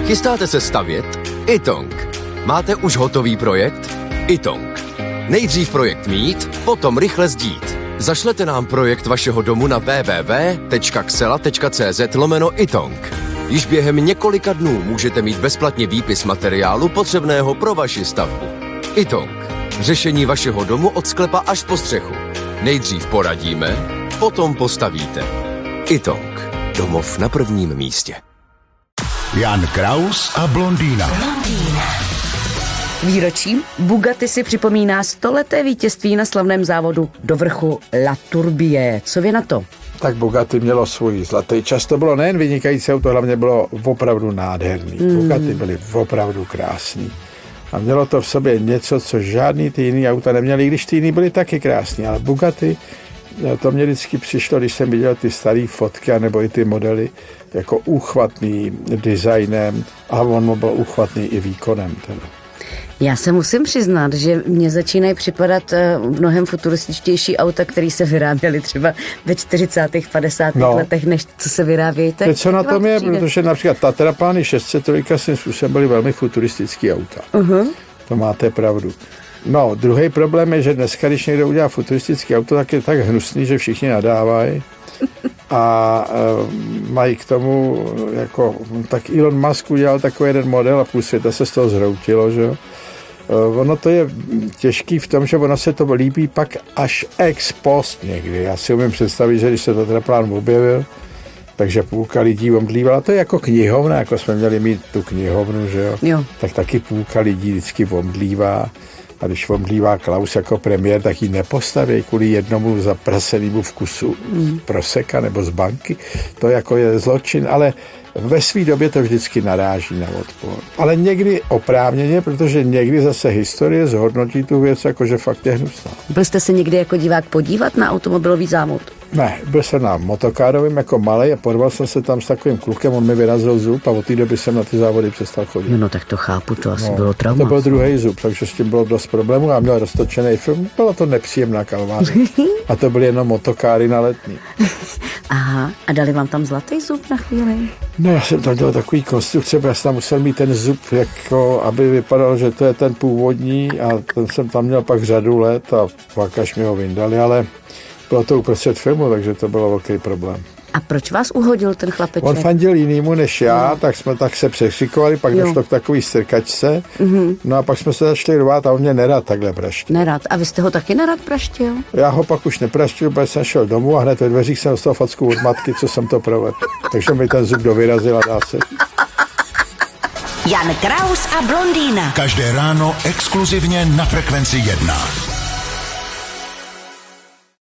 Chystáte se stavět? iTong. Máte už hotový projekt? iTong. Nejdřív projekt mít, potom rychle sdít. Zašlete nám projekt vašeho domu na www.xela.cz/iTong. Již během několika dnů můžete mít bezplatně výpis materiálu potřebného pro vaši stavbu. iTong. Řešení vašeho domu od sklepa až po střechu. Nejdřív poradíme, potom postavíte. iTong. Domov na prvním místě. Jan Kraus a blondýna. Výročím Bugatti si připomíná 100leté vítězství na slavném závodu do vrchu La Tourbie. Co vy na to? Tak Bugatti mělo svůj zlatý čas. To bylo nejen vynikající auto, hlavně bylo opravdu nádherný. Bugatti byly opravdu krásný. A mělo to v sobě něco, co žádný ty jiný auta neměly, i když ty jiný byly taky krásný. Ale Bugatti, to mě vždycky přišlo, když jsem viděl ty staré fotky, nebo i ty modely, jako úchvatný designem, a on byl úchvatný i výkonem. Teda. Já se musím přiznat, že mně začínají připadat mnohem futurističtější auta, které se vyráběly třeba ve 40. 50. letech, než co se vyrábějí teď. Co na tom je, protože například Tatrapány 603 svým způsobem byly velmi futuristické auta. To máte pravdu. No, druhý problém je, že dneska, když někdo udělá futuristické auto, tak je tak hnusný, že všichni nadávají. A mají k tomu, jako, tak Elon Musk udělal takový jeden model a půl světa se z toho zhroutilo, že jo. Ono to je těžký v tom, že ono se to líbí pak až ex post někdy. Já si umím představit, že když se to Tatraplán objevil, takže půlka lidí omdlívala. To je jako knihovna, jako jsme měli mít tu knihovnu, že jo. Tak taky půlka lidí vždycky omdlívá. A když omdlívá Klaus jako premiér, tak ji nepostaví kvůli jednomu zaprasenému vkusu proseka nebo z banky. To jako je zločin, ale ve své době to vždycky naráží na odpor. Ale někdy oprávněně, protože někdy zase historie zhodnotí tu věc, jakože fakt je hnusná. Byl jste se někdy jako divák podívat na automobilový závod? Ne, byl jsem na motokárovém jako malej a porval jsem se tam s takovým klukem, on mi vyrazil zub a od té doby jsem na ty závody přestal chodit. No tak to chápu, to asi bylo trauma. To byl druhý zub, takže s tím bylo dost problémů a měl roztočený film, byla to nepříjemná kalváře. A to byly jenom motokáry na Letný. Aha, a dali vám tam zlatý zub na chvíli? No, já jsem tam dělal takový konstrukce, já jsem tam musel mít ten zub, jako, aby vypadalo, že to je ten původní a ten jsem tam měl pak řadu let a pak až mi ho vyndali, ale bylo to uprostřed filmu, takže to bylo velký problém. A proč vás uhodil ten chlapeček? On fandil jinýmu než já, tak se překřikovali, pak došlo k takový strkačce, no a pak jsme se začali rvát a on mě nerad takhle praštil. Nerad. A vy jste ho taky nerad praštil? Já ho pak už nepraštil, protože jsem šel domů a hned ve dveřích jsem dostal facku od matky, co jsem to provedl. Takže mi ten zub dovyrazil a dá se. Jan Kraus a blondýna. Každé ráno exkluzivně na Frekvenci 1.